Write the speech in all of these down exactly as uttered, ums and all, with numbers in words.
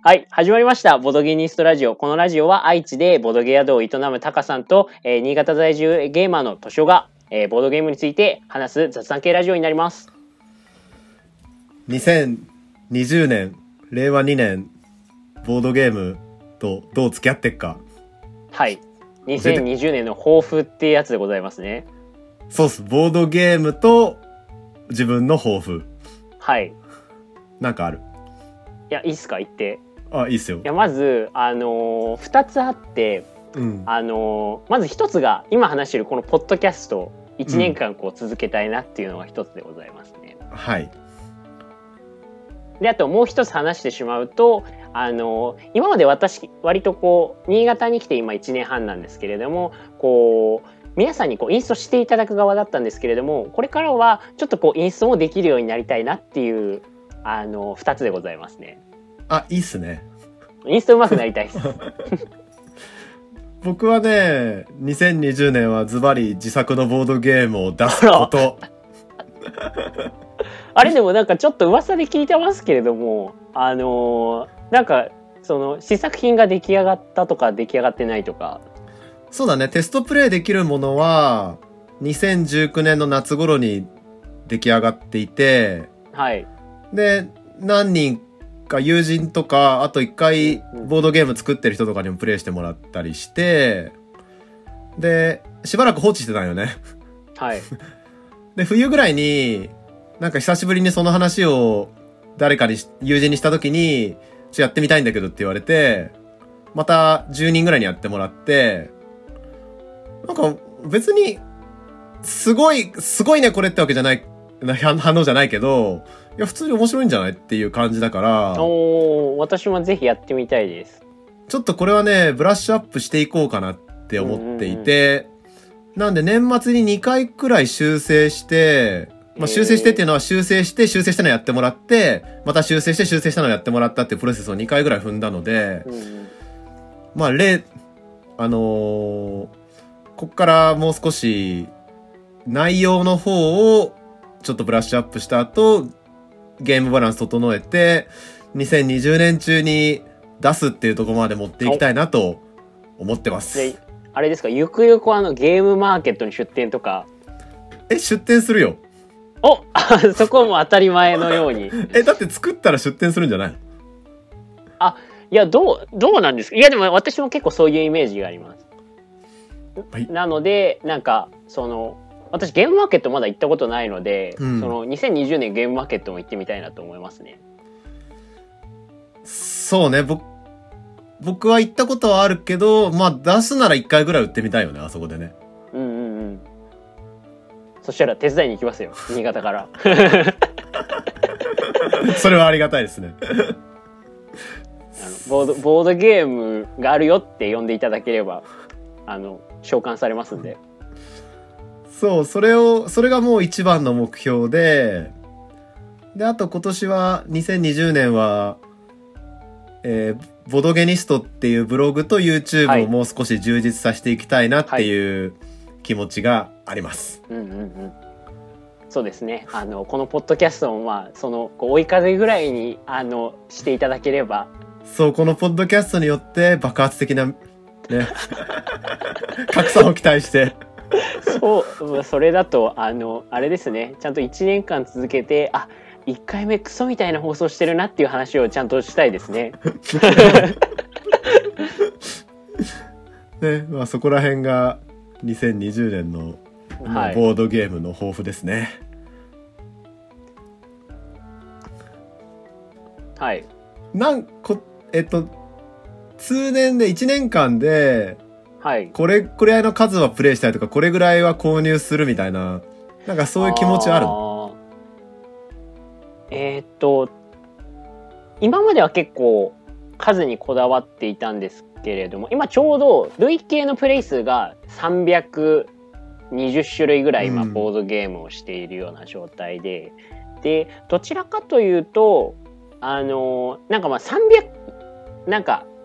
はい、始まりました。ボドゲニストラジオ。このラジオは愛知でボドゲ宿を営むタカさんと、えー、新潟在住ゲーマーのトシオが、えー、ボードゲームについて話す雑談系ラジオになります。 にせんにじゅうねん、れいわにねん、ボードゲームとどう付き合ってっか。 はい。にせんにじゅうねんの抱負っていうやつでございますね。 そうっす。ボードゲームと自分の抱負。 はい。 なんかある？ いや、いいっすか、言って。 あ、いいっすよ。 いや、まず、あのー、ふたつあって、うん、あのー、まずひとつが、今話してるこのポッドキャスト、いちねんかんこう続けたいなっていうのがひとつでございますね。 うん、はい。 で、あともう一つ話してしまうと、あのー、今まで私、割とこう、新潟に来て今いちねんはんなんですけれども、こう、皆さんにこうインストしていただく側だったんですけれども、これからはちょっとこうインストもできるようになりたいなっていう、あのー、ふたつでございますね。 あ、いいっすね。 インスト上手くなりたいです。 僕はね、にせんにじゅうねんはズバリ自作のボードゲームを出すこと。 あれでもなんかちょっと噂で聞いてますけれども、あのー、なんかその試作品が出来上がったとか出来上がってないとか。 そうだね、テストプレイできるものはにせんじゅうきゅうねんの夏頃に出来上がっていて、 はい。 で、何人か友人とか、あと一回ボードゲーム作ってる人とかにもプレイしてもらったりして、で、しばらく放置してたんよね。 はい。 で、冬ぐらいに、なんか久しぶりにその話を誰かに、友人にした時に、ちょっとやってみたいんだけどって言われて、またじゅうにんぐらいにやってもらって、なんか別に、すごい、すごいねこれってわけじゃない、反応じゃないけど、いや普通に面白いんじゃないっていう感じだから、 おー、私もぜひやってみたいです。 ちょっとこれはね、ブラッシュアップしていこうかなって思っていて、なんで年末ににかいくらい修正して、まあ修正してっていうのは修正して、修正したのやってもらって、また修正して修正したのやってもらったっていうプロセスをにかいぐらい踏んだので、うん、まあ例、あのー、こっからもう少し内容の方をちょっとブラッシュアップした後、ゲームバランス整えて、にせんにじゅうねん中に出すっていうところまで持っていきたいなと思ってます。 あれですか、ゆくゆくあのゲームマーケットに出店とか。 え、出店するよ。 おそこも当たり前のように。 え、だって作ったら出店するんじゃない？ あ、いや、どう、どうなんですか？いや、でも私も結構そういうイメージがあります。はい、なので、なんか、その、私ゲームマーケットまだ行ったことないので、うん、そのにせんにじゅうねんゲームマーケットも行ってみたいなと思いますね。 そうね、僕、僕は行ったことはあるけど、まあ出すならいっかいぐらい売ってみたいよね、あそこでね。 うんうんうん。そしたら手伝いに行きますよ、新潟から。 それはありがたいですね。 あのボード、ボードゲームがあるよって呼んでいただければ、あの、召喚されますんで。 そう、それを、それがもう一番の目標で、で、あと今年は、にせんにじゅうねんは、えー、ボドゲニストっていうブログと YouTube をもう少し充実させていきたいなっていう気持ちがあります。 はい、うんうんうん。そうですね。あの、このポッドキャストもまあ、その、こう追い風ぐらいに、あの、していただければ。 そう、このポッドキャストによって爆発的な、ね、拡散を期待して。 そう、それだと、あの、あれですね、ちゃんといちねんかん続けて、あ、いっかいめクソみたいな放送してるなっていう話をちゃんとしたいですね。 ね、まあそこら辺がにせんにじゅうねんの、はい、ボードゲームの抱負ですね。 はい。 なんこ、えっと、通年でいちねんかんで、はい、これくらいの数はプレイしたいとか、これぐらいは購入するみたいな、なんかそういう気持ちあるの？ えー、っと、今までは結構数にこだわっていたんですけれども、今ちょうど累計のプレイ数がさんびゃくにじゅっしゅるいぐらい今ボードゲームをしているような状態で、うん、で、どちらかというと、あの、なんかまあさんびゃく、なんか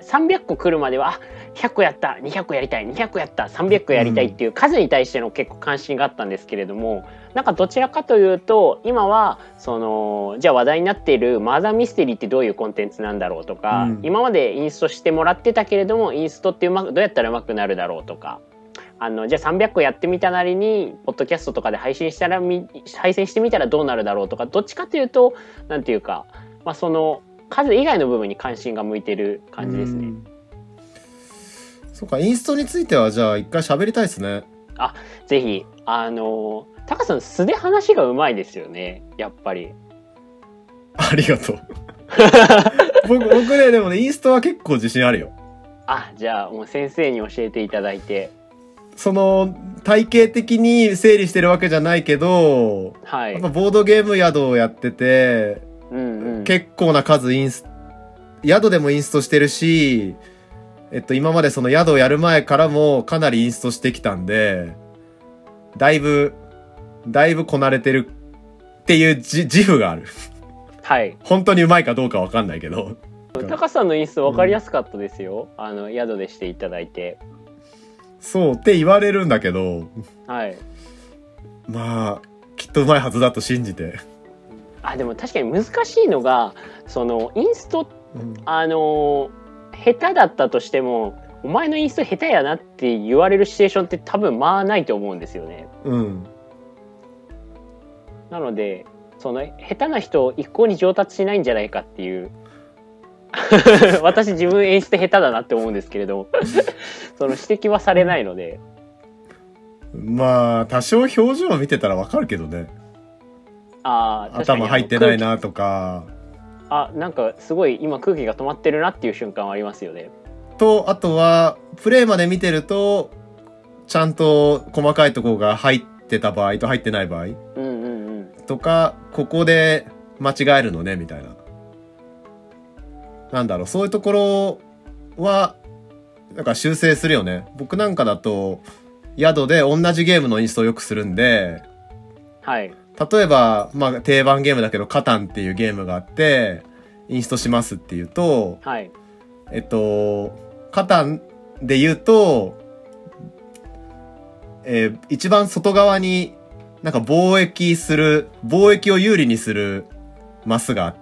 さんびゃっこ来るまではあひゃっこやったにひゃっこやりたいにひゃっこやったさんびゃっこやりたいっていう数に対しての結構関心があったんですけれども、なんかどちらかというと今はそのじゃあ話題になっているマーダーミステリーってどういうコンテンツなんだろうとか、うん、今までインストしてもらってたけれどもインストってうまくどうやったらうまくなるだろうとか、あのじゃあさんびゃっこやってみたなりにポッドキャストとかで配信したら配信してみたらどうなるだろうとか、どっちかというとなんていうか、まあ、その数以外の部分に関心が向いてる感じですね。 そうか、インストについてはじゃあ一回喋りたいですね。 あ、ぜひ。あのタカさん素で話がうまいですよね、やっぱり。 ありがとう。僕僕ねでもねインストは結構自信あるよ。 あ、じゃあもう先生に教えていただいて。 その体系的に整理してるわけじゃないけど、はい、やっぱボードゲーム宿をやってて、うんうん、結構な数インス宿でもインストしてるし、えっと今までその宿をやる前からもかなりインストしてきたんで、だいぶだいぶこなれてるっていう自負がある。はい。本当にうまいかどうかわかんないけど。 タカさんのインスト分かりやすかったですよ。うん、あの宿でしていただいて。 そうって言われるんだけど、 はい。 まあきっとうまいはずだと信じて。 あ、でも確かに難しいのがそのインスト、うん、あの下手だったとしてもお前のインスト下手やなって言われるシチュエーションって多分まあないと思うんですよね。うん。なのでその下手な人一向に上達しないんじゃないかっていう私自分演出下手だなって思うんですけれどその指摘はされないので、 まあ多少表情を見てたらわかるけどね。ああ、頭入ってないなとか、 あ、なんかすごい今空気が止まってるなっていう瞬間はありますよね。 とあとはプレイまで見てるとちゃんと細かいところが入ってた場合と入ってない場合、うんうんうん、とかここで間違えるのねみたいな、なんだろう、そういうところはなんか修正するよね。僕なんかだと宿で同じゲームのインストをよくするんで、はい、例えば、まあ、定番ゲームだけどカタンっていうゲームがあってインストしますっていうと、はい、えっとカタンで言うと、えー、一番外側になんか貿易する貿易を有利にするマスがあって、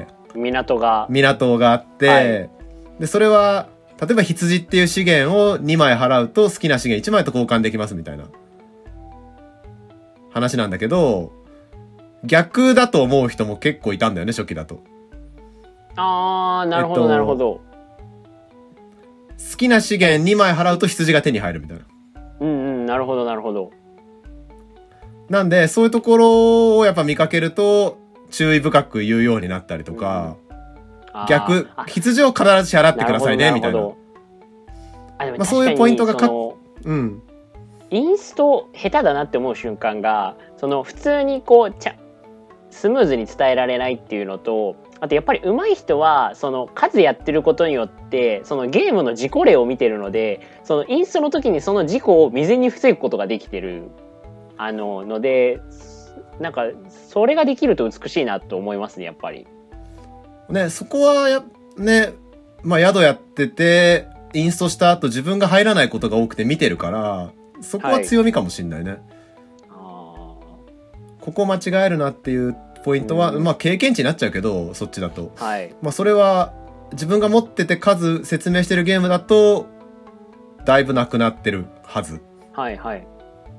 はい、港が港があって、はい、でそれは例えば羊っていう資源をにまい払うと好きな資源いちまいと交換できますみたいな話なんだけど、逆だと思う人も結構いたんだよね、初期だと。 あー、なるほど、えっと、なるほど。 好きな資源にまい払うと羊が手に入るみたいな。 うんうん、なるほどなるほど。 なんでそういうところをやっぱ見かけると注意深く言うようになったりとか、うん、逆羊を必ず支払ってくださいねみたいな。 あ、でもまあ、そういうポイントがかうん。 インスト下手だなって思う瞬間が、その普通にこうちゃスムーズに伝えられないっていうのと、あとやっぱり上手い人はその数やってることによってそのゲームの事故例を見てるので、そのインストの時にその事故を未然に防ぐことができてるあのので、なんかそれができると美しいなと思いますね、やっぱり。 ね、そこはやね、まあ宿やっててインストした後自分が入らないことが多くて見てるから、そこは強みかもしんないね。はい、あ、ここ間違えるなっていうポイントは、うん、まあ経験値になっちゃうけどそっちだと、はい、まあそれは自分が持ってて数説明してるゲームだとだいぶなくなってるはず。はいはい。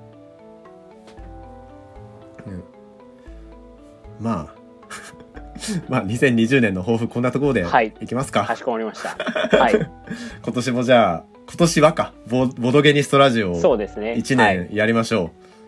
うん、まあまあにせんにじゅうねんの抱負こんなところでいきますか。はい、 かしこまりました。はい。 今年もじゃあ今年はかボボドゲニストラジオをいちねんやりましょう。